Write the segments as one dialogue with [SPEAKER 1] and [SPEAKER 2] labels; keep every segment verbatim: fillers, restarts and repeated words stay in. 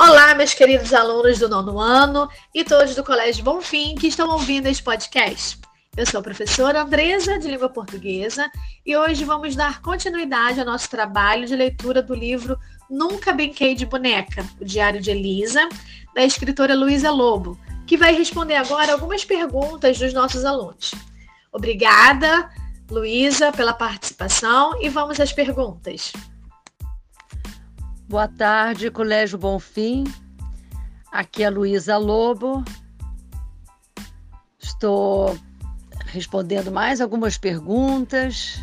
[SPEAKER 1] Olá, meus queridos alunos do nono ano e todos do Colégio Bonfim que estão ouvindo este podcast. Eu sou a professora Andresa, de Língua Portuguesa, e hoje vamos dar continuidade ao nosso trabalho de leitura do livro Nunca Brinquei de Boneca, o Diário de Elisa, da escritora Luísa Lobo, que vai responder agora algumas perguntas dos nossos alunos. Obrigada, Luísa, pela participação e vamos às perguntas.
[SPEAKER 2] Boa tarde, Colégio Bonfim. Aqui é a Luísa Lobo. Estou respondendo mais algumas perguntas.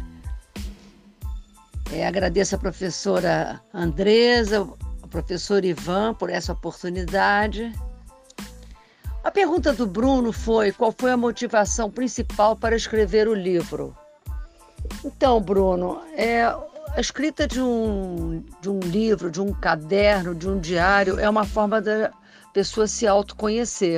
[SPEAKER 2] É, agradeço a professora Andresa, ao professor Ivan por essa oportunidade. A pergunta do Bruno foi: qual foi a motivação principal para escrever o livro? Então, Bruno, é... a escrita de um, de um livro, de um caderno, de um diário é uma forma da pessoa se autoconhecer.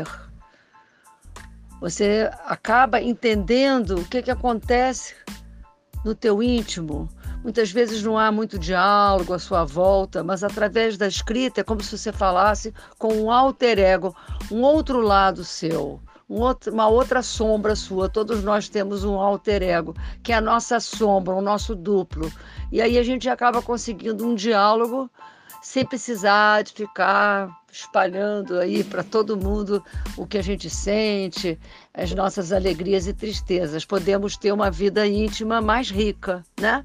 [SPEAKER 2] Você acaba entendendo o que, que acontece no teu íntimo. Muitas vezes não há muito diálogo à sua volta, mas através da escrita é como se você falasse com um alter ego, um outro lado seu. Um outro, uma outra sombra sua. Todos nós temos um alter ego, que é a nossa sombra, o nosso duplo. E aí a gente acaba conseguindo um diálogo sem precisar de ficar espalhando aí para todo mundo o que a gente sente, as nossas alegrias e tristezas. Podemos ter uma vida íntima mais rica, né?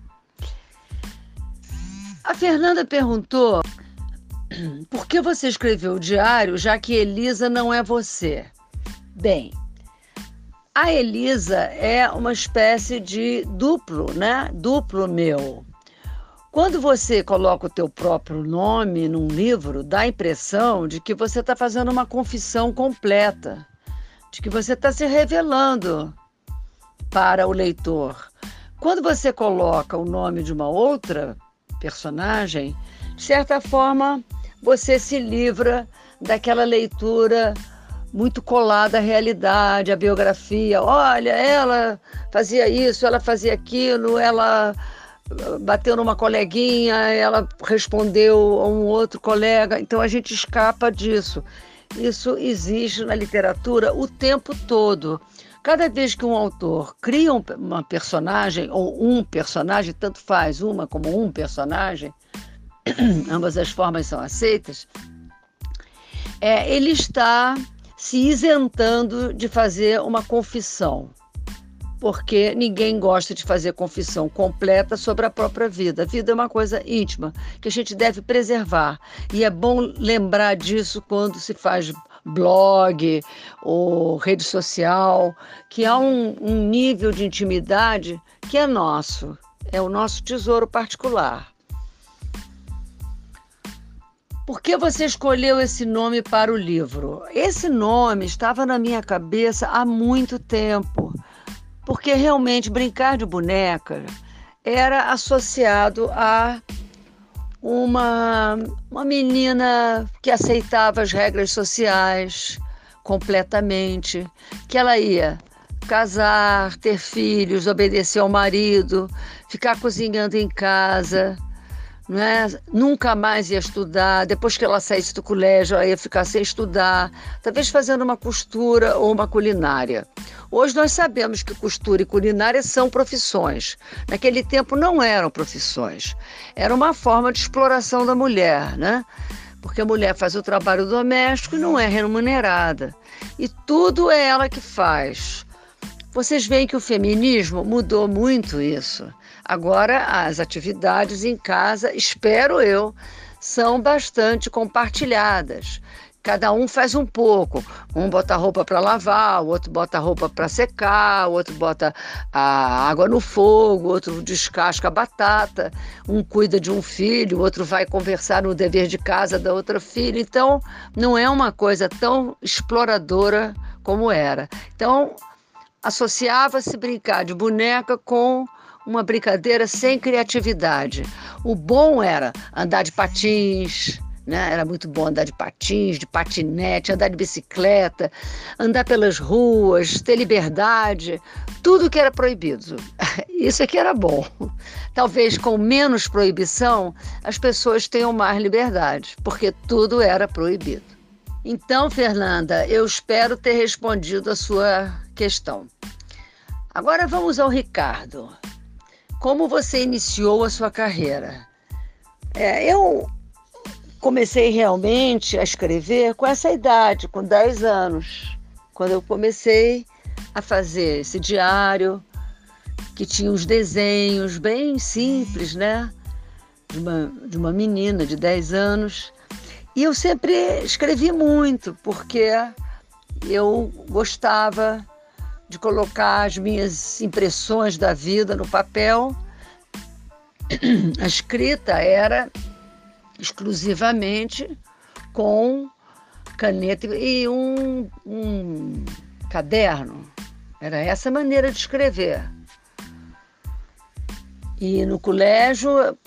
[SPEAKER 2] A Fernanda perguntou: por que você escreveu o diário, já que Elisa não é você? Bem, a Elisa é uma espécie de duplo, né? Duplo meu. Quando você coloca o teu próprio nome num livro, dá a impressão de que você está fazendo uma confissão completa, de que você está se revelando para o leitor. Quando você coloca o nome de uma outra personagem, de certa forma, você se livra daquela leitura muito colada à realidade, à biografia. Olha, ela fazia isso, ela fazia aquilo, ela bateu numa coleguinha, ela respondeu a um outro colega. Então a gente escapa disso. Isso existe na literatura o tempo todo. Cada vez que um autor cria uma personagem, ou um personagem, tanto faz uma como um personagem, ambas as formas são aceitas, é, ele está se isentando de fazer uma confissão, porque ninguém gosta de fazer confissão completa sobre a própria vida. A vida é uma coisa íntima, que a gente deve preservar, e é bom lembrar disso quando se faz blog ou rede social, que há um, um nível de intimidade que é nosso, é o nosso tesouro particular. Por que você escolheu esse nome para o livro? Esse nome estava na minha cabeça há muito tempo, porque realmente brincar de boneca era associado a uma, uma menina que aceitava as regras sociais completamente, que ela ia casar, ter filhos, obedecer ao marido, ficar cozinhando em casa, né? Nunca mais ia estudar. Depois que ela saísse do colégio, ela ia ficar sem estudar, talvez fazendo uma costura ou uma culinária. Hoje nós sabemos que costura e culinária são profissões. Naquele tempo não eram profissões. Era uma forma de exploração da mulher, né? Porque a mulher faz o trabalho doméstico e não é remunerada. E tudo é ela que faz. Vocês veem que o feminismo mudou muito isso. Agora, as atividades em casa, espero eu, são bastante compartilhadas. Cada um faz um pouco. Um bota roupa para lavar, o outro bota roupa para secar, o outro bota a água no fogo, o outro descasca a batata, um cuida de um filho, o outro vai conversar no dever de casa da outra filha. Então, não é uma coisa tão exploradora como era. Então, associava-se brincar de boneca com uma brincadeira sem criatividade. O bom era andar de patins, né? Era muito bom andar de patins, de patinete, andar de bicicleta, andar pelas ruas, ter liberdade, tudo que era proibido. Isso é que era bom. Talvez com menos proibição as pessoas tenham mais liberdade, porque tudo era proibido. Então, Fernanda, eu espero ter respondido a sua questão. Agora vamos ao Ricardo. Como você iniciou a sua carreira? É, eu comecei realmente a escrever com essa idade, com dez anos, quando eu comecei a fazer esse diário, que tinha uns desenhos bem simples, né? De uma, de uma menina de dez anos. E eu sempre escrevi muito, porque eu gostava de colocar as minhas impressões da vida no papel. A escrita era exclusivamente com caneta e um, um caderno. Era essa a maneira de escrever. E no colégio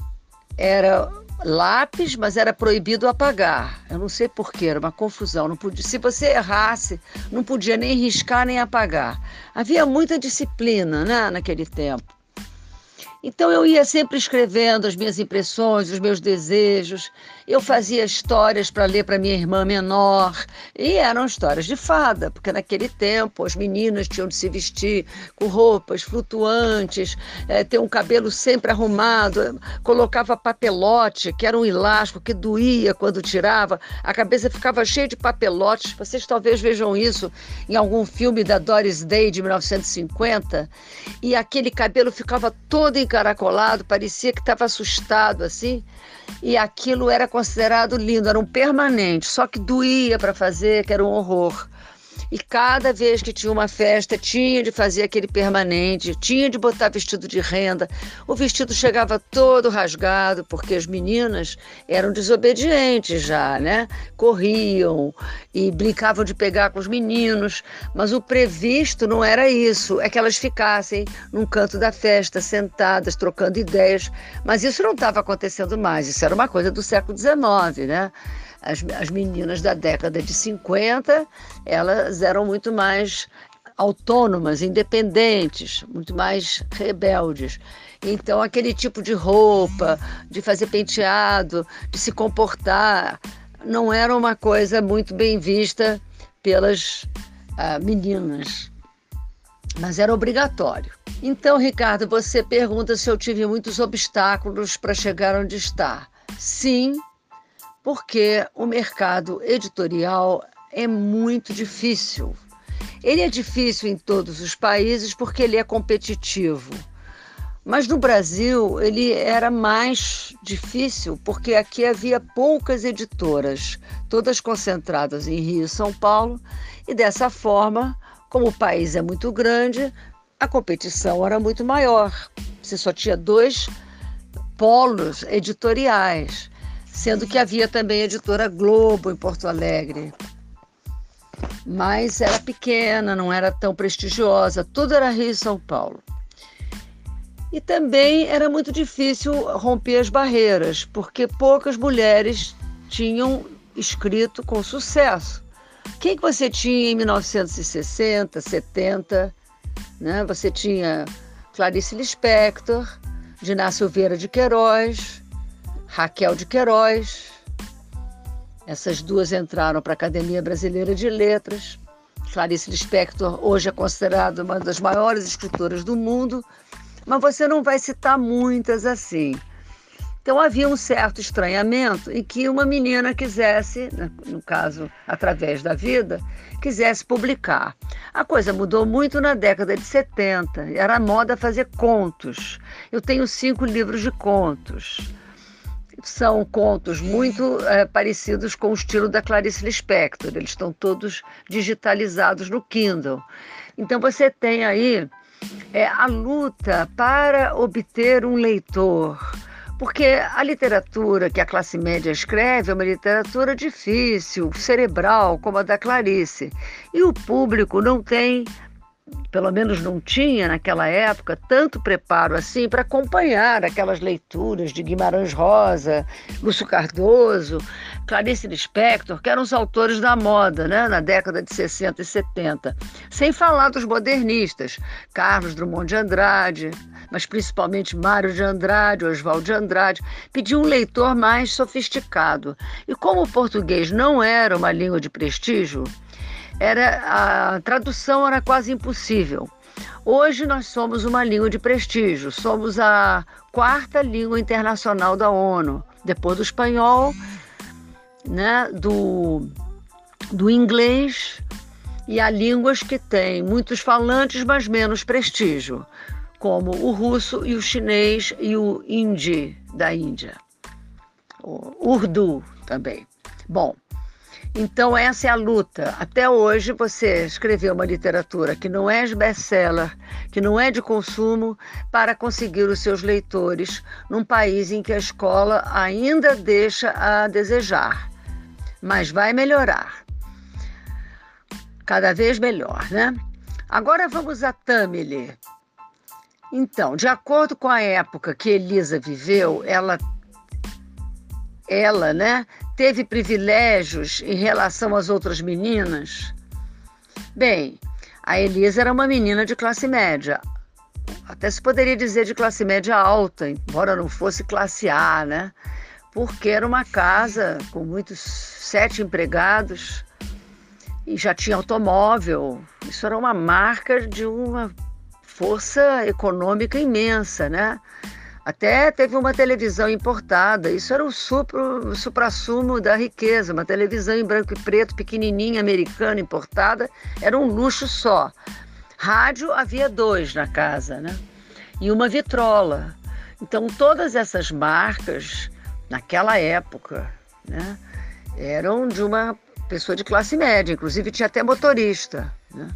[SPEAKER 2] era lápis, mas era proibido apagar. Eu não sei porquê, era uma confusão. Não podia, se você errasse, não podia nem riscar nem apagar. Havia muita disciplina, né, naquele tempo. Então eu ia sempre escrevendo as minhas impressões, os meus desejos. Eu fazia histórias para ler para minha irmã menor. E eram histórias de fada, porque naquele tempo as meninas tinham de se vestir com roupas flutuantes, é, ter um cabelo sempre arrumado. Colocava papelote, que era um elástico que doía quando tirava. A cabeça ficava cheia de papelotes. Vocês talvez vejam isso em algum filme da Doris Day de mil novecentos e cinquenta. E aquele cabelo ficava todo encaracolado, parecia que estava assustado assim, e aquilo era considerado lindo, era um permanente, só que doía para fazer, que era um horror. E cada vez que tinha uma festa, tinha de fazer aquele permanente, tinha de botar vestido de renda. O vestido chegava todo rasgado, porque as meninas eram desobedientes já, né? Corriam e brincavam de pegar com os meninos, mas o previsto não era isso, é que elas ficassem num canto da festa, sentadas, trocando ideias, mas isso não estava acontecendo mais, isso era uma coisa do século dezenove, né? As, as meninas da década de cinquenta, elas eram muito mais autônomas, independentes, muito mais rebeldes. Então, aquele tipo de roupa, de fazer penteado, de se comportar, não era uma coisa muito bem vista pelas ah, meninas, mas era obrigatório. Então, Ricardo, você pergunta se eu tive muitos obstáculos para chegar onde está. Sim, porque o mercado editorial é muito difícil. Ele é difícil em todos os países porque ele é competitivo. Mas no Brasil ele era mais difícil porque aqui havia poucas editoras, todas concentradas em Rio e São Paulo, e dessa forma, como o país é muito grande, a competição era muito maior. Você só tinha dois polos editoriais, sendo que havia também a editora Globo em Porto Alegre. Mas era pequena, não era tão prestigiosa, tudo era Rio e São Paulo. E também era muito difícil romper as barreiras, porque poucas mulheres tinham escrito com sucesso. Quem que você tinha em mil novecentos e sessenta, setenta? Né? Você tinha Clarice Lispector, Diná Silveira de Queiroz, Raquel de Queiroz. Essas duas entraram para a Academia Brasileira de Letras. Clarice Lispector hoje é considerada uma das maiores escritoras do mundo, mas você não vai citar muitas assim. Então havia um certo estranhamento em que uma menina quisesse, no caso, através da vida, quisesse publicar. A coisa mudou muito na década de setenta, era moda fazer contos. Eu tenho cinco livros de contos. São contos muito é, parecidos com o estilo da Clarice Lispector. Eles estão todos digitalizados no Kindle. Então você tem aí é, a luta para obter um leitor. Porque a literatura que a classe média escreve é uma literatura difícil, cerebral, como a da Clarice. E o público não tem pelo menos não tinha naquela época, tanto preparo assim para acompanhar aquelas leituras de Guimarães Rosa, Lúcio Cardoso, Clarice Lispector, que eram os autores da moda, né, na década de sessenta e setenta. Sem falar dos modernistas, Carlos Drummond de Andrade, mas principalmente Mário de Andrade, Oswald de Andrade, pediu um leitor mais sofisticado. E como o português não era uma língua de prestígio, era, a tradução era quase impossível. Hoje nós somos uma língua de prestígio, somos a quarta língua internacional da ONU, depois do espanhol, né, do, do inglês, e há línguas que têm muitos falantes, mas menos prestígio, como o russo e o chinês e o hindi da Índia, o urdu também. Bom, então essa é a luta. Até hoje você escreveu uma literatura que não é best-seller, que não é de consumo, para conseguir os seus leitores num país em que a escola ainda deixa a desejar, mas vai melhorar. Cada vez melhor, né? Agora vamos a Tamily. Então, de acordo com a época que Elisa viveu, ela, ela, né, teve privilégios em relação às outras meninas? Bem, a Elisa era uma menina de classe média, até se poderia dizer de classe média alta, embora não fosse classe A, né? Porque era uma casa com muitos sete empregados e já tinha automóvel. Isso era uma marca de uma força econômica imensa, né? Até teve uma televisão importada, isso era o supro, o suprassumo da riqueza, uma televisão em branco e preto, pequenininha, americana, importada, era um luxo só. Rádio havia dois na casa, né? E uma vitrola. Então todas essas marcas, naquela época, né, eram de uma pessoa de classe média, inclusive tinha até motorista, né?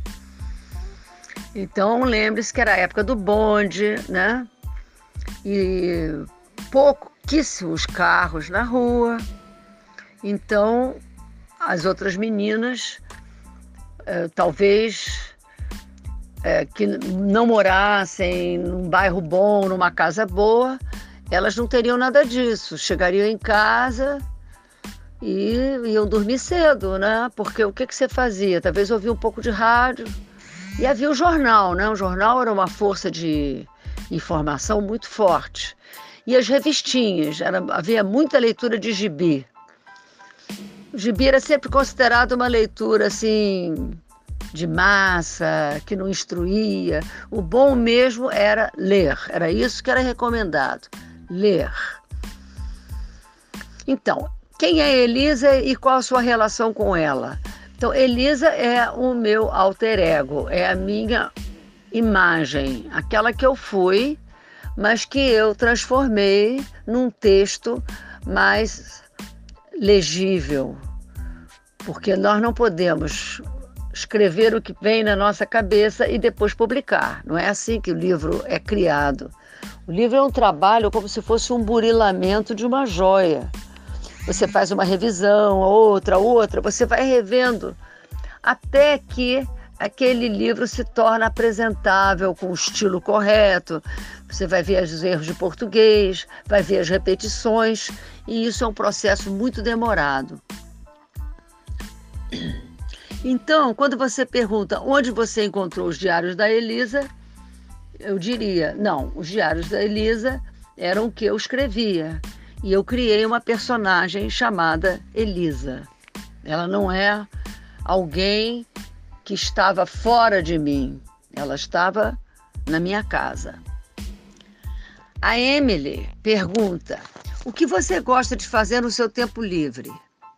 [SPEAKER 2] Então lembre-se que era a época do bonde, né? E pouquíssimos carros na rua. Então as outras meninas, eh, talvez eh, que não morassem num bairro bom, numa casa boa, elas não teriam nada disso. Chegariam em casa e iam dormir cedo, né? Porque o que, que você fazia? Talvez ouvia um pouco de rádio. E havia o jornal, né? O jornal era uma força de informação muito forte. E as revistinhas, era, havia muita leitura de gibi. O gibi era sempre considerado uma leitura assim, de massa, que não instruía. O bom mesmo era ler, era isso que era recomendado, ler. Então, quem é Elisa e qual a sua relação com ela? Então, Elisa é o meu alter ego, é a minha imagem, aquela que eu fui, mas que eu transformei num texto mais legível, porque nós não podemos escrever o que vem na nossa cabeça e depois publicar. Não é assim que o livro é criado. O livro é um trabalho como se fosse um burilamento de uma joia. Você faz uma revisão, outra, outra, você vai revendo até que aquele livro se torna apresentável com o estilo correto. Você vai ver os erros de português, vai ver as repetições, e isso é um processo muito demorado. Então, quando você pergunta onde você encontrou os diários da Elisa, eu diria, não, os diários da Elisa eram o que eu escrevia. E eu criei uma personagem chamada Elisa. Ela não é alguém que estava fora de mim. Ela estava na minha casa. A Emily pergunta, o que você gosta de fazer no seu tempo livre?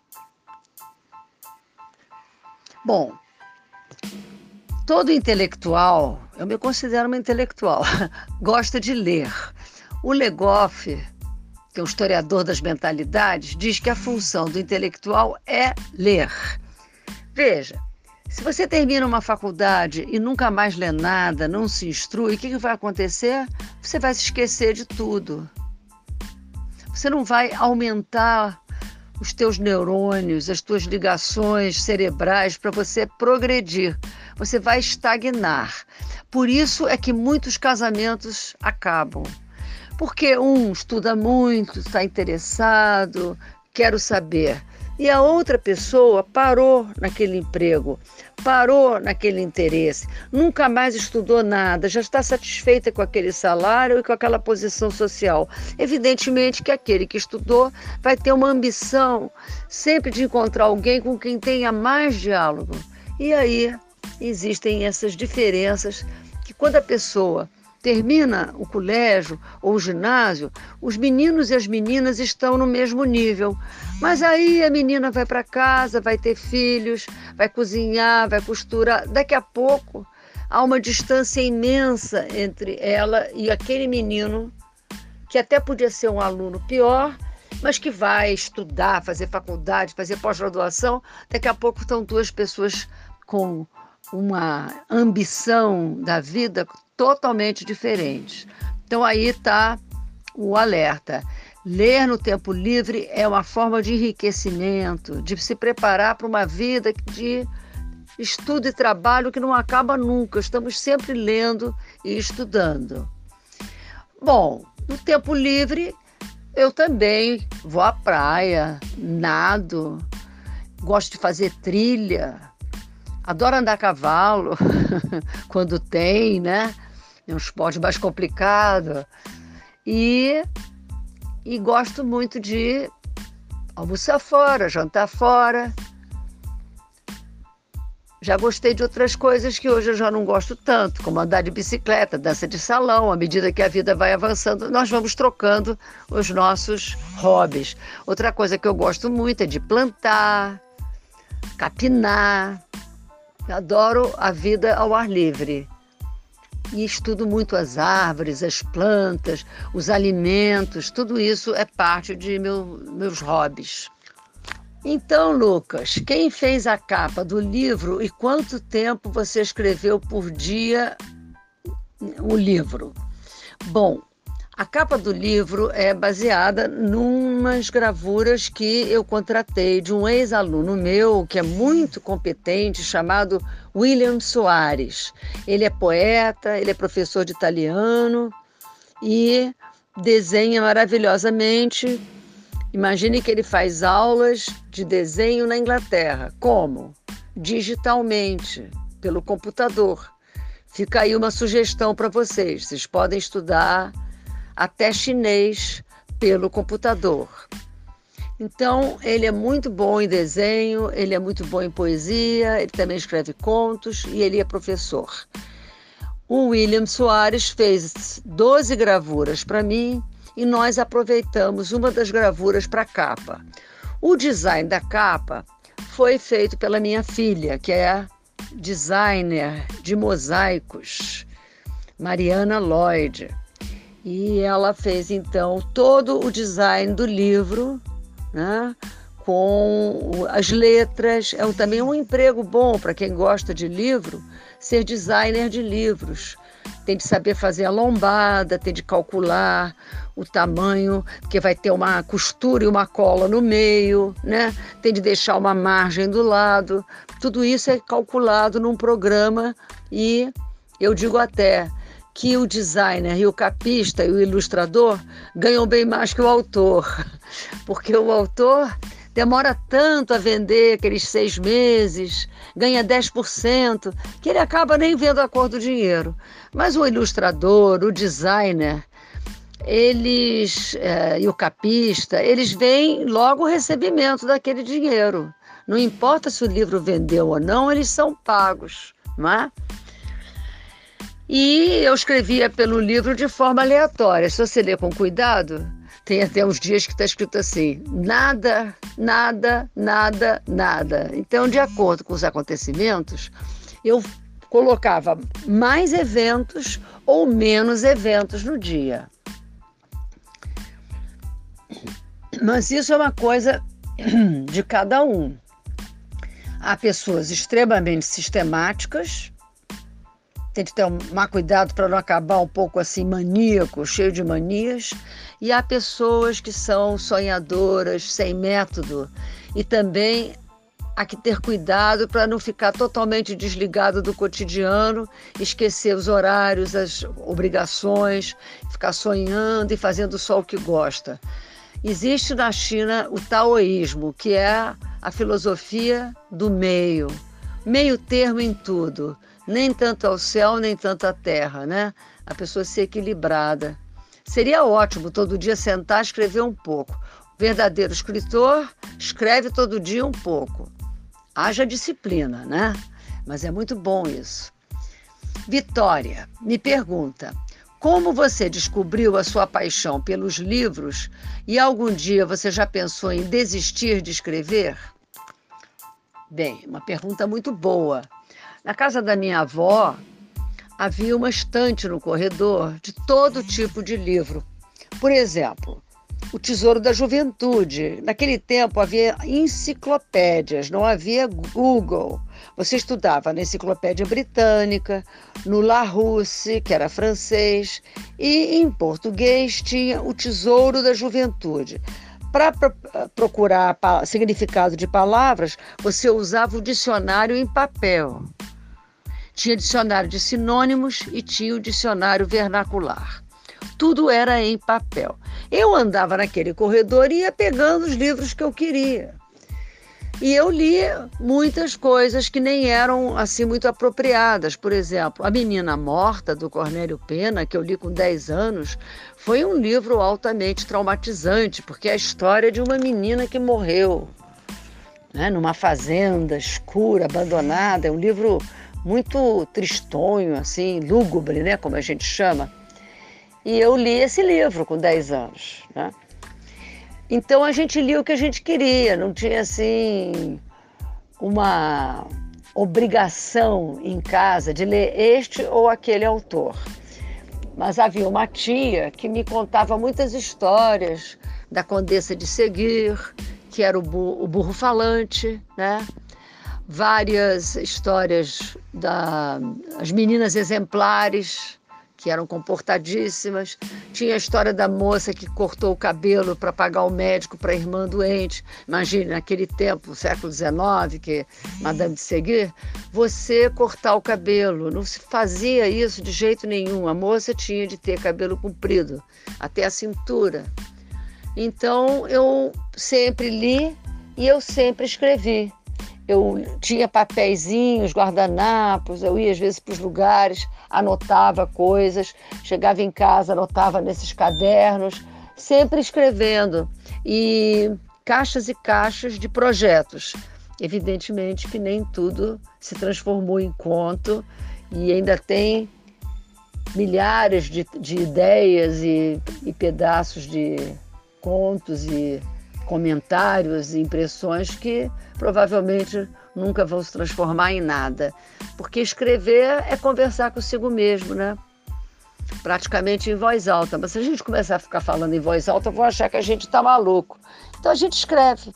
[SPEAKER 2] Bom, todo intelectual, eu me considero uma intelectual, gosta de ler. O Legoff, que é um historiador das mentalidades, diz que a função do intelectual é ler. Veja, se você termina uma faculdade e nunca mais lê nada, não se instrui, o que, que vai acontecer? Você vai se esquecer de tudo. Você não vai aumentar os teus neurônios, as tuas ligações cerebrais para você progredir. você vai estagnar. Por isso é que muitos casamentos acabam. Porque um estuda muito, está interessado, quero saber. E a outra pessoa parou naquele emprego, parou naquele interesse, nunca mais estudou nada, já está satisfeita com aquele salário e com aquela posição social. Evidentemente que aquele que estudou vai ter uma ambição sempre de encontrar alguém com quem tenha mais diálogo. E aí existem essas diferenças que quando a pessoa termina o colégio ou o ginásio, os meninos e as meninas estão no mesmo nível. Mas aí a menina vai para casa, vai ter filhos, vai cozinhar, vai costurar. Daqui a pouco há uma distância imensa entre ela e aquele menino que até podia ser um aluno pior, mas que vai estudar, fazer faculdade, fazer pós-graduação. Daqui a pouco estão duas pessoas com uma ambição da vida totalmente diferentes. Então aí está o alerta. Ler no tempo livre é uma forma de enriquecimento, de se preparar para uma vida de estudo e trabalho que não acaba nunca. Estamos sempre lendo e estudando. Bom, no tempo livre eu também vou à praia, nado, gosto de fazer trilha, adoro andar a cavalo, quando tem, né? É um esporte mais complicado. E, e gosto muito de almoçar fora, jantar fora. Já gostei de outras coisas que hoje eu já não gosto tanto, como andar de bicicleta, dança de salão. À medida que a vida vai avançando, nós vamos trocando os nossos hobbies. Outra coisa que eu gosto muito é de plantar, capinar. Eu adoro a vida ao ar livre. E estudo muito as árvores, as plantas, os alimentos, tudo isso é parte de meu, meus hobbies. Então, Lucas, quem fez a capa do livro e quanto tempo você escreveu por dia o livro? Bom, a capa do livro é baseada numas gravuras que eu contratei de um ex-aluno meu, que é muito competente, chamado William Soares. Ele é poeta, ele é professor de italiano e desenha maravilhosamente. Imagine que ele faz aulas de desenho na Inglaterra. Como? Digitalmente, pelo computador. Fica aí uma sugestão para vocês. Vocês podem estudar até chinês pelo computador. Então, ele é muito bom em desenho, ele é muito bom em poesia, ele também escreve contos e ele é professor. O William Soares fez doze gravuras para mim e nós aproveitamos uma das gravuras para a capa. O design da capa foi feito pela minha filha, que é designer de mosaicos, Mariana Lloyd. E ela fez, então, todo o design do livro, né, com as letras. É também um emprego bom para quem gosta de livro, ser designer de livros. Tem de saber fazer a lombada, tem de calcular o tamanho, porque vai ter uma costura e uma cola no meio, né? Tem de deixar uma margem do lado. Tudo isso é calculado num programa e eu digo até que o designer e o capista e o ilustrador ganham bem mais que o autor, porque o autor demora tanto a vender aqueles seis meses, ganha dez por cento, que ele acaba nem vendo a cor do dinheiro. Mas o ilustrador, o designer, eles é, e o capista, eles veem logo o recebimento daquele dinheiro. Não importa se o livro vendeu ou não, eles são pagos, não é? E eu escrevia pelo livro de forma aleatória. Se você ler com cuidado, tem até uns dias que está escrito assim: nada, nada, nada, nada. Então, de acordo com os acontecimentos, eu colocava mais eventos ou menos eventos no dia. Mas isso é uma coisa de cada um. Há pessoas extremamente sistemáticas, tem que tomar cuidado para não acabar um pouco assim maníaco, cheio de manias. E há pessoas que são sonhadoras, sem método. E também há que ter cuidado para não ficar totalmente desligado do cotidiano, esquecer os horários, as obrigações, ficar sonhando e fazendo só o que gosta. Existe na China o taoísmo, que é a filosofia do meio, meio termo em tudo, nem tanto ao céu, nem tanto à terra, né? A pessoa ser equilibrada. Seria ótimo todo dia sentar e escrever um pouco. O verdadeiro escritor escreve todo dia um pouco. Haja disciplina, né? Mas é muito bom isso. Vitória me pergunta: como você descobriu a sua paixão pelos livros e algum dia você já pensou em desistir de escrever? Bem, uma pergunta muito boa. Na casa da minha avó, havia uma estante no corredor de todo tipo de livro. Por exemplo, O Tesouro da Juventude. Naquele tempo havia enciclopédias, não havia Google. Você estudava na Enciclopédia Britânica, no Larousse, que era francês, e em português tinha O Tesouro da Juventude. Para procurar significado de palavras, você usava o dicionário em papel. Tinha dicionário de sinônimos e tinha o dicionário vernacular. Tudo era em papel. Eu andava naquele corredor e ia pegando os livros que eu queria. E eu lia muitas coisas que nem eram assim muito apropriadas. Por exemplo, A Menina Morta, do Cornélio Pena, que eu li com dez anos, foi um livro altamente traumatizante, porque é a história de uma menina que morreu, né, numa fazenda escura, abandonada. É um livro muito tristonho, assim, lúgubre, né, como a gente chama. E eu li esse livro com dez anos, né? Então a gente lia o que a gente queria, não tinha assim uma obrigação em casa de ler este ou aquele autor. Mas havia uma tia que me contava muitas histórias da Condessa de Seguir, que era o, bu- o burro falante, né? Várias histórias das meninas exemplares, que eram comportadíssimas. Tinha a história da moça que cortou o cabelo para pagar o médico para a irmã doente. Imagine, naquele tempo, século dezenove, que Madame de Seguir, você cortar o cabelo, não se fazia isso de jeito nenhum. A moça tinha de ter cabelo comprido, até a cintura. Então, eu sempre li e eu sempre escrevi. Eu tinha papeizinhos, guardanapos, eu ia às vezes para os lugares, anotava coisas, chegava em casa, anotava nesses cadernos, sempre escrevendo. E caixas e caixas de projetos. Evidentemente que nem tudo se transformou em conto e ainda tem milhares de, de ideias e, e pedaços de contos e comentários e impressões que provavelmente nunca vão se transformar em nada. Porque escrever é conversar consigo mesmo, né? Praticamente em voz alta. Mas se a gente começar a ficar falando em voz alta, eu vou achar que a gente está maluco. Então a gente escreve.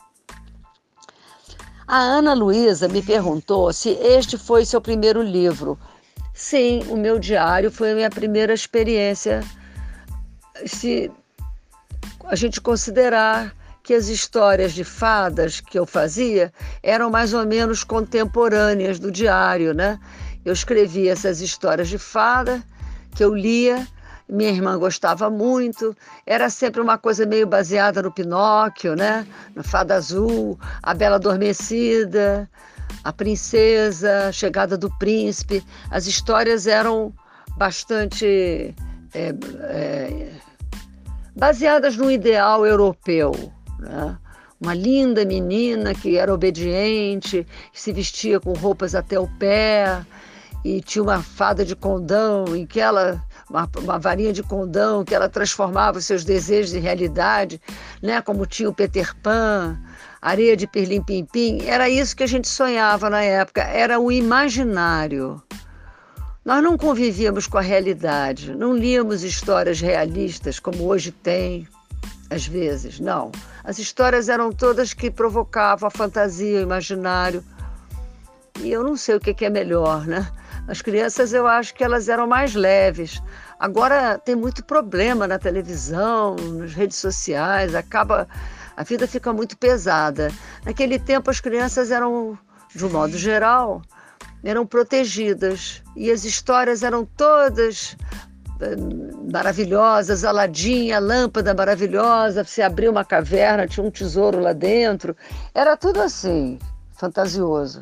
[SPEAKER 2] A Ana Luísa me perguntou se este foi seu primeiro livro. Sim, o meu diário foi a minha primeira experiência. Se a gente considerar que as histórias de fadas que eu fazia eram mais ou menos contemporâneas do diário, né? Eu escrevia essas histórias de fada que eu lia, minha irmã gostava muito, era sempre uma coisa meio baseada no Pinóquio, né? Na Fada Azul, a Bela Adormecida, a Princesa, a Chegada do Príncipe. As histórias eram bastante é, é, baseadas no ideal europeu, né? Uma linda menina que era obediente, que se vestia com roupas até o pé, e tinha uma fada de condão, em que ela, uma, uma varinha de condão, que ela transformava os seus desejos em realidade, né? Como tinha o Peter Pan, Areia de Pirlim Pim Pim. Era isso que a gente sonhava na época, era o imaginário. Nós não convivíamos com a realidade, não líamos histórias realistas como hoje tem, às vezes, não. As histórias eram todas que provocavam a fantasia, o imaginário. E eu não sei o que é melhor, né? As crianças, eu acho que elas eram mais leves. Agora tem muito problema na televisão, nas redes sociais, acaba A vida fica muito pesada. Naquele tempo as crianças eram, de um modo geral, eram protegidas e as histórias eram todas maravilhosas, Aladim, a lâmpada maravilhosa, você abria uma caverna, tinha um tesouro lá dentro, era tudo assim, fantasioso.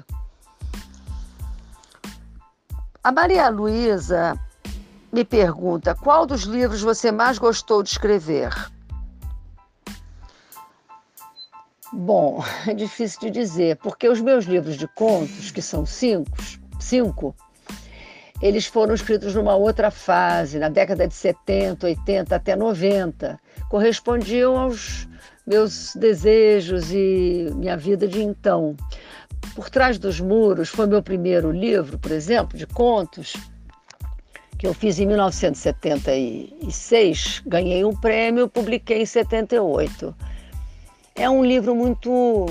[SPEAKER 2] A Maria Luísa me pergunta, qual dos livros você mais gostou de escrever? Bom, é difícil de dizer, porque os meus livros de contos, que são cinco, cinco eles foram escritos numa outra fase, na década de setenta, oitenta até noventa. Correspondiam aos meus desejos e minha vida de então. Por Trás dos Muros foi meu primeiro livro, por exemplo, de contos, que eu fiz em mil novecentos e setenta e seis, ganhei um prêmio, publiquei em setenta e oito. É um livro muito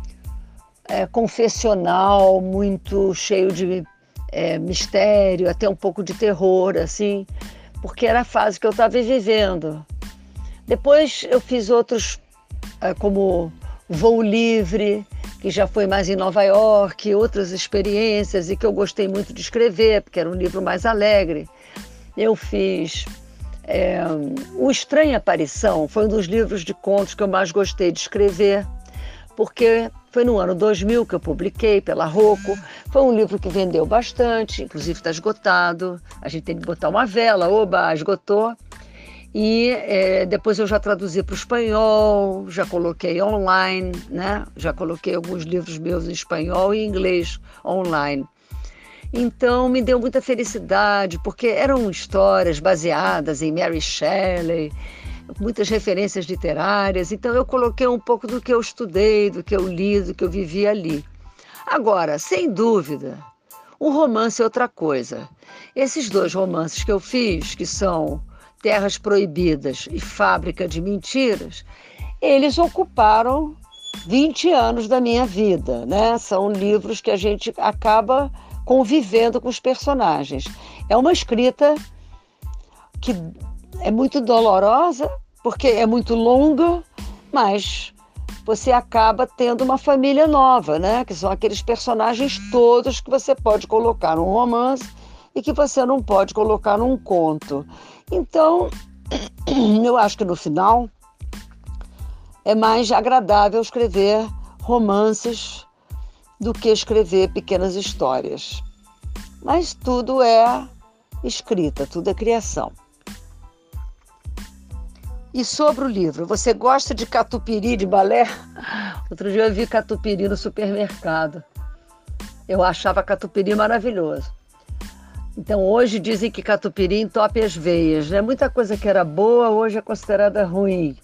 [SPEAKER 2] é, confessional, muito cheio de É, mistério, até um pouco de terror, assim, porque era a fase que eu estava vivendo. Depois eu fiz outros, é, como Voo Livre, que já foi mais em Nova York, outras experiências e que eu gostei muito de escrever, porque era um livro mais alegre. Eu fiz é, O Estranha Aparição, foi um dos livros de contos que eu mais gostei de escrever, porque foi no ano dois mil que eu publiquei pela Rocco. Foi um livro que vendeu bastante, inclusive está esgotado. A gente tem que botar uma vela, oba, esgotou. E é, depois eu já traduzi para o espanhol, já coloquei online, né? Já coloquei alguns livros meus em espanhol e inglês online. Então me deu muita felicidade, porque eram histórias baseadas em Mary Shelley, muitas referências literárias, então eu coloquei um pouco do que eu estudei, do que eu li, do que eu vivi ali. Agora, sem dúvida, o romance é outra coisa. Esses dois romances que eu fiz, que são Terras Proibidas e Fábrica de Mentiras, eles ocuparam vinte anos da minha vida, né? São livros que a gente acaba convivendo com os personagens. É uma escrita que é muito dolorosa, porque é muito longa, mas você acaba tendo uma família nova, né? Que são aqueles personagens todos que você pode colocar num romance e que você não pode colocar num conto. Então, eu acho que no final é mais agradável escrever romances do que escrever pequenas histórias. Mas tudo é escrita, tudo é criação. E sobre o livro, você gosta de catupiry de balé? Outro dia eu vi catupiry no supermercado. Eu achava catupiry maravilhoso. Então hoje dizem que catupiry entope as veias, né? Muita coisa que era boa hoje é considerada ruim.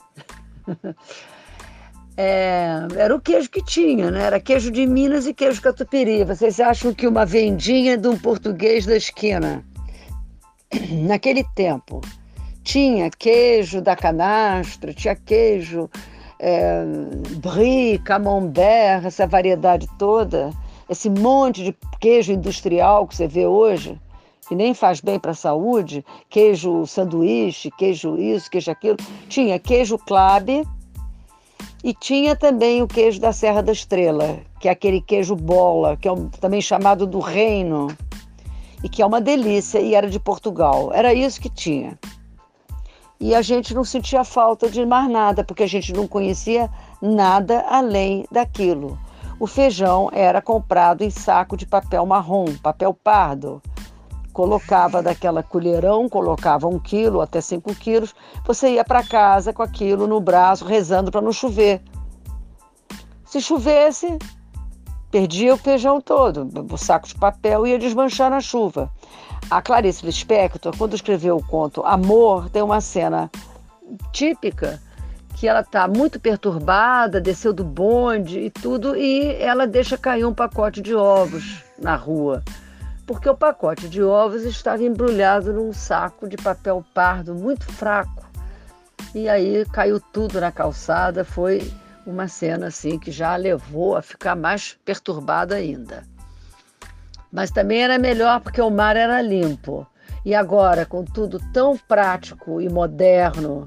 [SPEAKER 2] É, era o queijo que tinha, né? Era queijo de Minas e queijo catupiry. Vocês acham que uma vendinha de um português da esquina, naquele tempo, tinha queijo da canastra, tinha queijo é, brie, camembert, essa variedade toda, esse monte de queijo industrial que você vê hoje, que nem faz bem para a saúde, queijo sanduíche, queijo isso, queijo aquilo. Tinha queijo Clabe e tinha também o queijo da Serra da Estrela, que é aquele queijo bola, que é um, também chamado do Reino, e que é uma delícia, e era de Portugal. Era isso que tinha. E a gente não sentia falta de mais nada, porque a gente não conhecia nada além daquilo. O feijão era comprado em saco de papel marrom, papel pardo. Colocava daquela colherão, colocava um quilo até cinco quilos. Você ia para casa com aquilo no braço, rezando para não chover. Se chovesse, perdia o feijão todo. O saco de papel ia desmanchar na chuva. A Clarice Lispector, quando escreveu o conto Amor, tem uma cena típica que ela está muito perturbada, desceu do bonde e tudo, e ela deixa cair um pacote de ovos na rua, porque o pacote de ovos estava embrulhado num saco de papel pardo muito fraco. E aí caiu tudo na calçada. Foi uma cena assim que já a levou a ficar mais perturbada ainda. Mas também era melhor porque o mar era limpo. E agora, com tudo tão prático e moderno,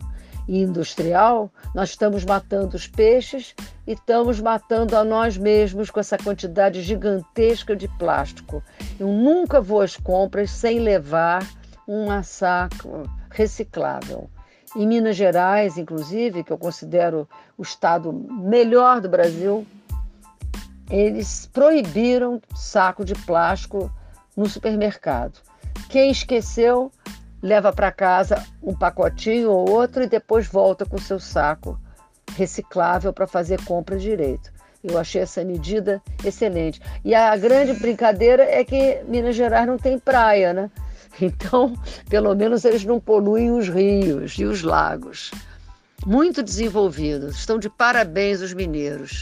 [SPEAKER 2] e industrial, nós estamos matando os peixes e estamos matando a nós mesmos com essa quantidade gigantesca de plástico. Eu nunca vou às compras sem levar um saco reciclável. Em Minas Gerais, inclusive, que eu considero o estado melhor do Brasil, eles proibiram saco de plástico no supermercado. Quem esqueceu, leva para casa um pacotinho ou outro e depois volta com o seu saco reciclável para fazer compra direito. Eu achei essa medida excelente. E a grande brincadeira é que Minas Gerais não tem praia, né? Então, pelo menos eles não poluem os rios e os lagos. Muito desenvolvidos. Estão de parabéns os mineiros.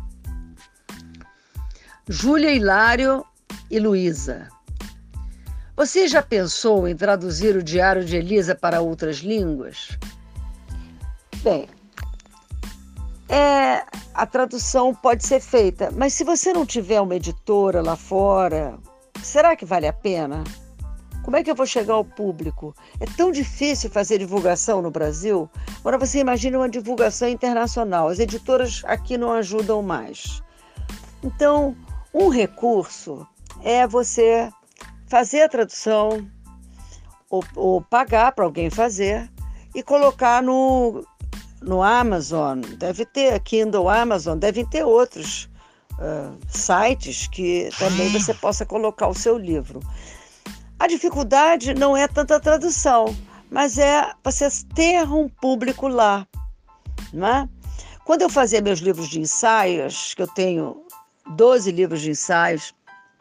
[SPEAKER 2] Júlia, Hilário e Luísa. Você já pensou em traduzir o Diário de Elisa para outras línguas? Bem, é, a tradução pode ser feita, mas se você não tiver uma editora lá fora, será que vale a pena? Como é que eu vou chegar ao público? É tão difícil fazer divulgação no Brasil. Agora você imagina uma divulgação internacional. As editoras aqui não ajudam mais. Então, um recurso é você fazer a tradução ou, ou pagar para alguém fazer e colocar no, no Amazon. Deve ter, Kindle Amazon, devem ter outros uh, sites que também você possa colocar o seu livro. A dificuldade não é tanta a tradução, mas é você ter um público lá, não é? Quando eu fazia meus livros de ensaios, que eu tenho doze livros de ensaios,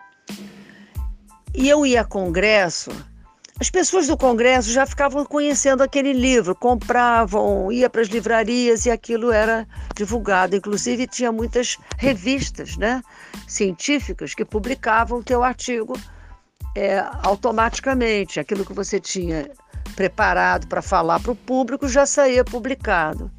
[SPEAKER 2] e eu ia a congresso, as pessoas do congresso já ficavam conhecendo aquele livro, compravam, ia para as livrarias e aquilo era divulgado. Inclusive tinha muitas revistas, né, científicas que publicavam o teu artigo é, automaticamente. Aquilo que você tinha preparado para falar para o público já saía publicado.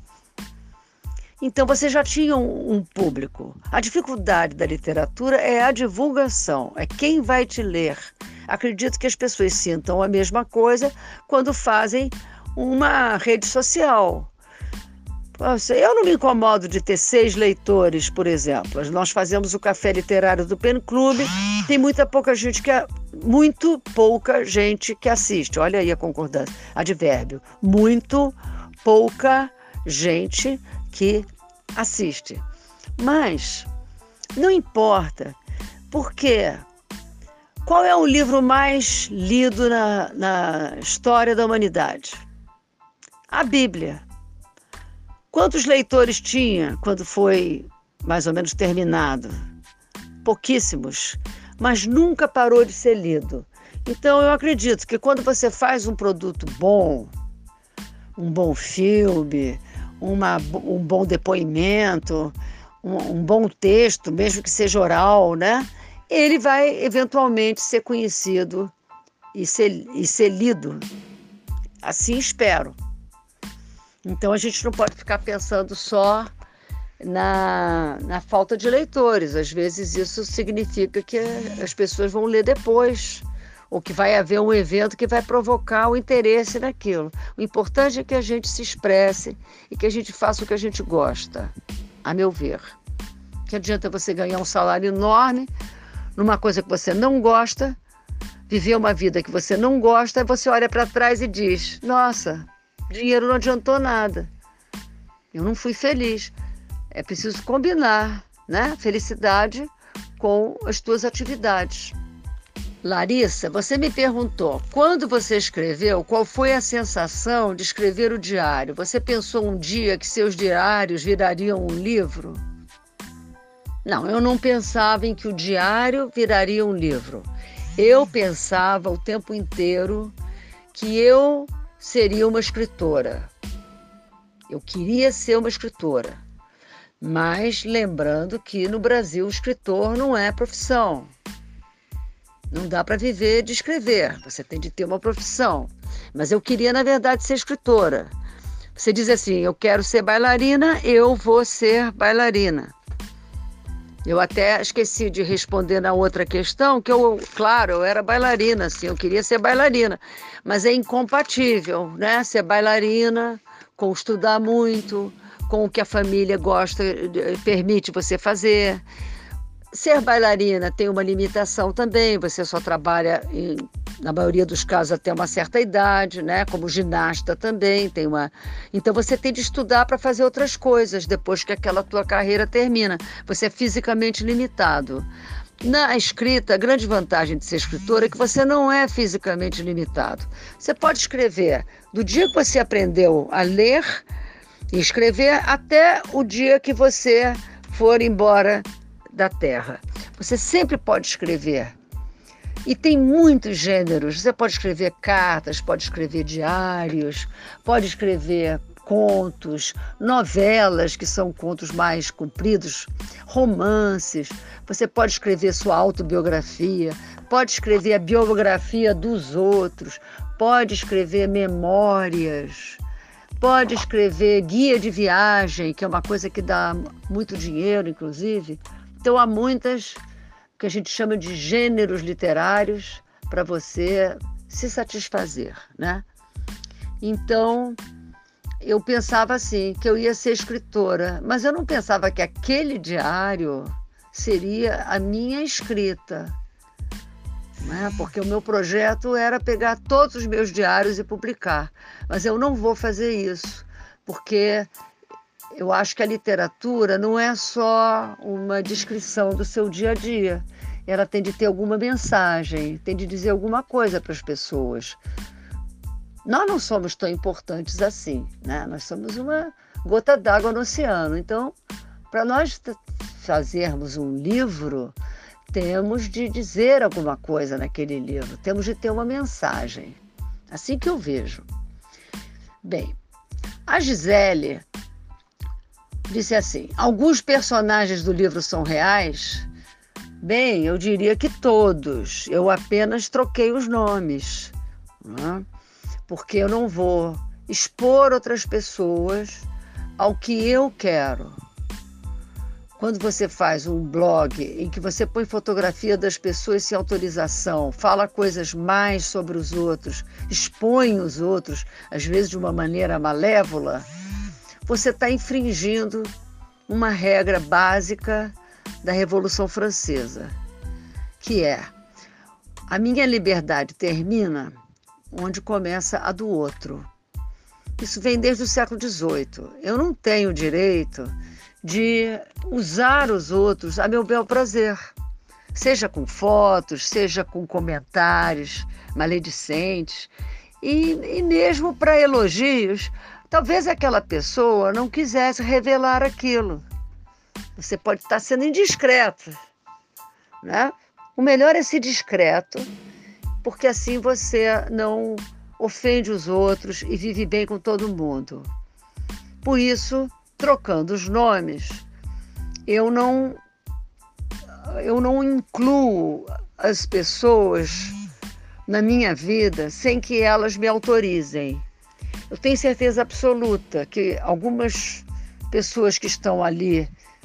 [SPEAKER 2] Então você já tinha um, um público. A dificuldade da literatura é a divulgação, é quem vai te ler. Acredito que as pessoas sintam a mesma coisa quando fazem uma rede social. Nossa, eu não me incomodo de ter seis leitores, por exemplo. Nós fazemos o Café Literário do Pen Clube, tem muita pouca gente que muito pouca gente que assiste. Olha aí a concordância, advérbio. Muito pouca gente que assiste. Mas não importa, porque qual é o livro mais lido na, na história da humanidade? A Bíblia. Quantos leitores tinha quando foi mais ou menos terminado? Pouquíssimos, mas nunca parou de ser lido. Então eu acredito que quando você faz um produto bom, um bom filme, Uma, um bom depoimento, um, um bom texto, mesmo que seja oral, né? Ele vai eventualmente ser conhecido e ser, e ser lido. Assim espero. Então a gente não pode ficar pensando só na, na falta de leitores. Às vezes isso significa que as pessoas vão ler depois, ou que vai haver um evento que vai provocar o interesse naquilo. O importante é que a gente se expresse e que a gente faça o que a gente gosta, a meu ver. Que adianta você ganhar um salário enorme numa coisa que você não gosta, viver uma vida que você não gosta, e você olha para trás e diz, nossa, dinheiro não adiantou nada. Eu não fui feliz. É preciso combinar, né? Felicidade com as tuas atividades. Larissa, você me perguntou, quando você escreveu, qual foi a sensação de escrever o diário? Você pensou um dia que seus diários virariam um livro? Não, eu não pensava em que o diário viraria um livro. Eu pensava o tempo inteiro que eu seria uma escritora. Eu queria ser uma escritora. Mas lembrando que no Brasil o escritor não é profissão. Não dá para viver de escrever, você tem de ter uma profissão. Mas eu queria, na verdade, ser escritora. Você diz assim, eu quero ser bailarina, eu vou ser bailarina. Eu até esqueci de responder na outra questão, que eu, claro, eu era bailarina, sim, eu queria ser bailarina. Mas é incompatível, né? Ser bailarina com estudar muito, com o que a família gosta, permite você fazer. Ser bailarina tem uma limitação também, você só trabalha, em, na maioria dos casos, até uma certa idade, né? Como ginasta também tem uma... Então você tem de estudar para fazer outras coisas depois que aquela tua carreira termina. Você é fisicamente limitado. Na escrita, a grande vantagem de ser escritor é que você não é fisicamente limitado. Você pode escrever do dia que você aprendeu a ler e escrever até o dia que você for embora da Terra. Você sempre pode escrever. E tem muitos gêneros. Você pode escrever cartas, pode escrever diários, pode escrever contos, novelas, que são contos mais compridos, romances. Você pode escrever sua autobiografia, pode escrever a biografia dos outros, pode escrever memórias, pode escrever guia de viagem, que é uma coisa que dá muito dinheiro, inclusive. Então, há muitas que a gente chama de gêneros literários para você se satisfazer, né? Então, eu pensava assim, que eu ia ser escritora, mas eu não pensava que aquele diário seria a minha escrita, né? Porque o meu projeto era pegar todos os meus diários e publicar, mas eu não vou fazer isso, porque eu acho que a literatura não é só uma descrição do seu dia a dia. Ela tem de ter alguma mensagem, tem de dizer alguma coisa para as pessoas. Nós não somos tão importantes assim, né? Nós somos uma gota d'água no oceano. Então, para nós fazermos um livro, temos de dizer alguma coisa naquele livro, temos de ter uma mensagem. Assim que eu vejo. Bem, a Gisele disse assim: alguns personagens do livro são reais? Bem, eu diria que todos. Eu apenas troquei os nomes, né? Porque eu não vou expor outras pessoas ao que eu quero. Quando você faz um blog em que você põe fotografia das pessoas sem autorização, fala coisas mais sobre os outros, expõe os outros, às vezes de uma maneira malévola, você está infringindo uma regra básica da Revolução Francesa, que é: a minha liberdade termina onde começa a do outro. Isso vem desde o século dezoito. Eu não tenho o direito de usar os outros a meu bel prazer, seja com fotos, seja com comentários maledicentes, e, e mesmo para elogios. Talvez aquela pessoa não quisesse revelar aquilo. Você pode estar sendo indiscreto, né? O melhor é ser discreto, porque assim você não ofende os outros e vive bem com todo mundo. Por isso, trocando os nomes, eu não, eu não incluo as pessoas na minha vida sem que elas me autorizem. Eu tenho certeza absoluta que algumas pessoas que estão ali,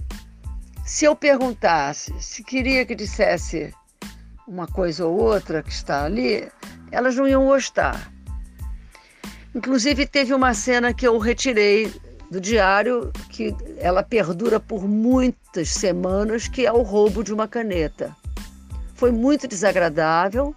[SPEAKER 2] se eu perguntasse se queria que dissesse uma coisa ou outra que está ali, elas não iam gostar. Inclusive, teve uma cena que eu retirei do diário, que ela perdura por muitas semanas, que é o roubo de uma caneta. Foi muito desagradável.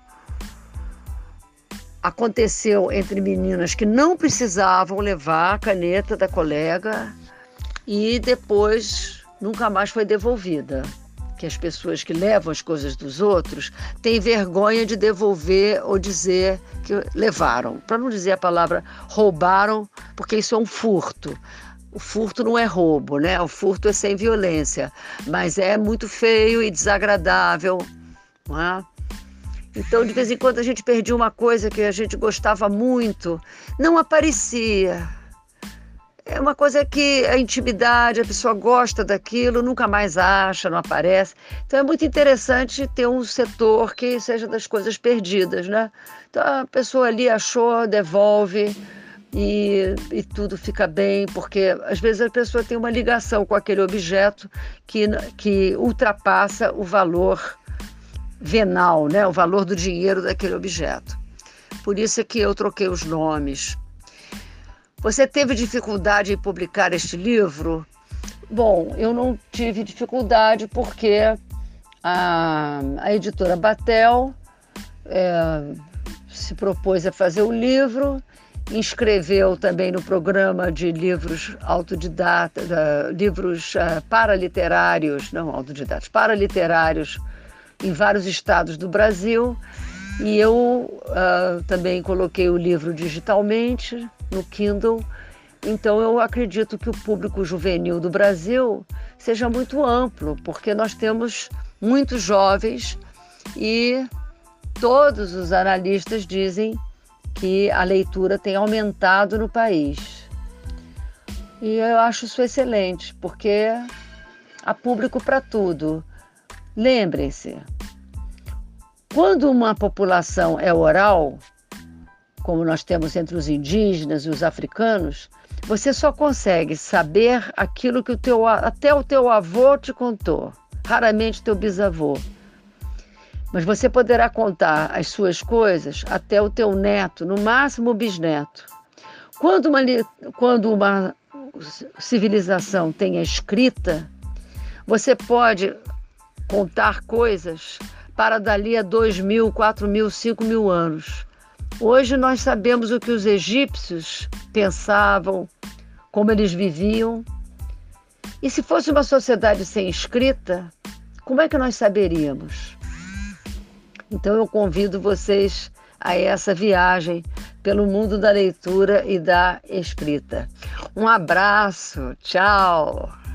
[SPEAKER 2] Aconteceu entre meninas que não precisavam levar a caneta da colega e depois nunca mais foi devolvida. Que as pessoas que levam as coisas dos outros têm vergonha de devolver ou dizer que levaram. Para não dizer a palavra roubaram, porque isso é um furto. O furto não é roubo, né? O furto é sem violência, mas é muito feio e desagradável, não é? Então, de vez em quando, a gente perdia uma coisa que a gente gostava muito, não aparecia. É uma coisa que a intimidade, a pessoa gosta daquilo, nunca mais acha, não aparece. Então, é muito interessante ter um setor que seja das coisas perdidas, né? Então, a pessoa ali achou, devolve e, e tudo fica bem, porque às vezes a pessoa tem uma ligação com aquele objeto que, que ultrapassa o valor venal, né? O valor do dinheiro daquele objeto. Por isso é que eu troquei os nomes. Você teve dificuldade em publicar este livro? Bom, eu não tive dificuldade porque a, a editora Batel é, se propôs a fazer o livro, inscreveu também no programa de livros autodidatas, livros uh, paraliterários, não autodidatas, paraliterários em vários estados do Brasil, e eu uh, também coloquei o livro digitalmente no Kindle. Então eu acredito que o público juvenil do Brasil seja muito amplo, porque nós temos muitos jovens e todos os analistas dizem que a leitura tem aumentado no país. E eu acho isso excelente, porque há público para tudo. Lembrem-se, quando uma população é oral, como nós temos entre os indígenas e os africanos, você só consegue saber aquilo que o teu, até o teu avô te contou, raramente teu bisavô. Mas você poderá contar as suas coisas até o teu neto, no máximo o bisneto. Quando uma, quando uma civilização tem a escrita, você pode contar coisas para dali a dois mil, quatro mil, cinco mil anos. Hoje nós sabemos o que os egípcios pensavam, como eles viviam. E se fosse uma sociedade sem escrita, como é que nós saberíamos? Então eu convido vocês a essa viagem pelo mundo da leitura e da escrita. Um abraço, tchau!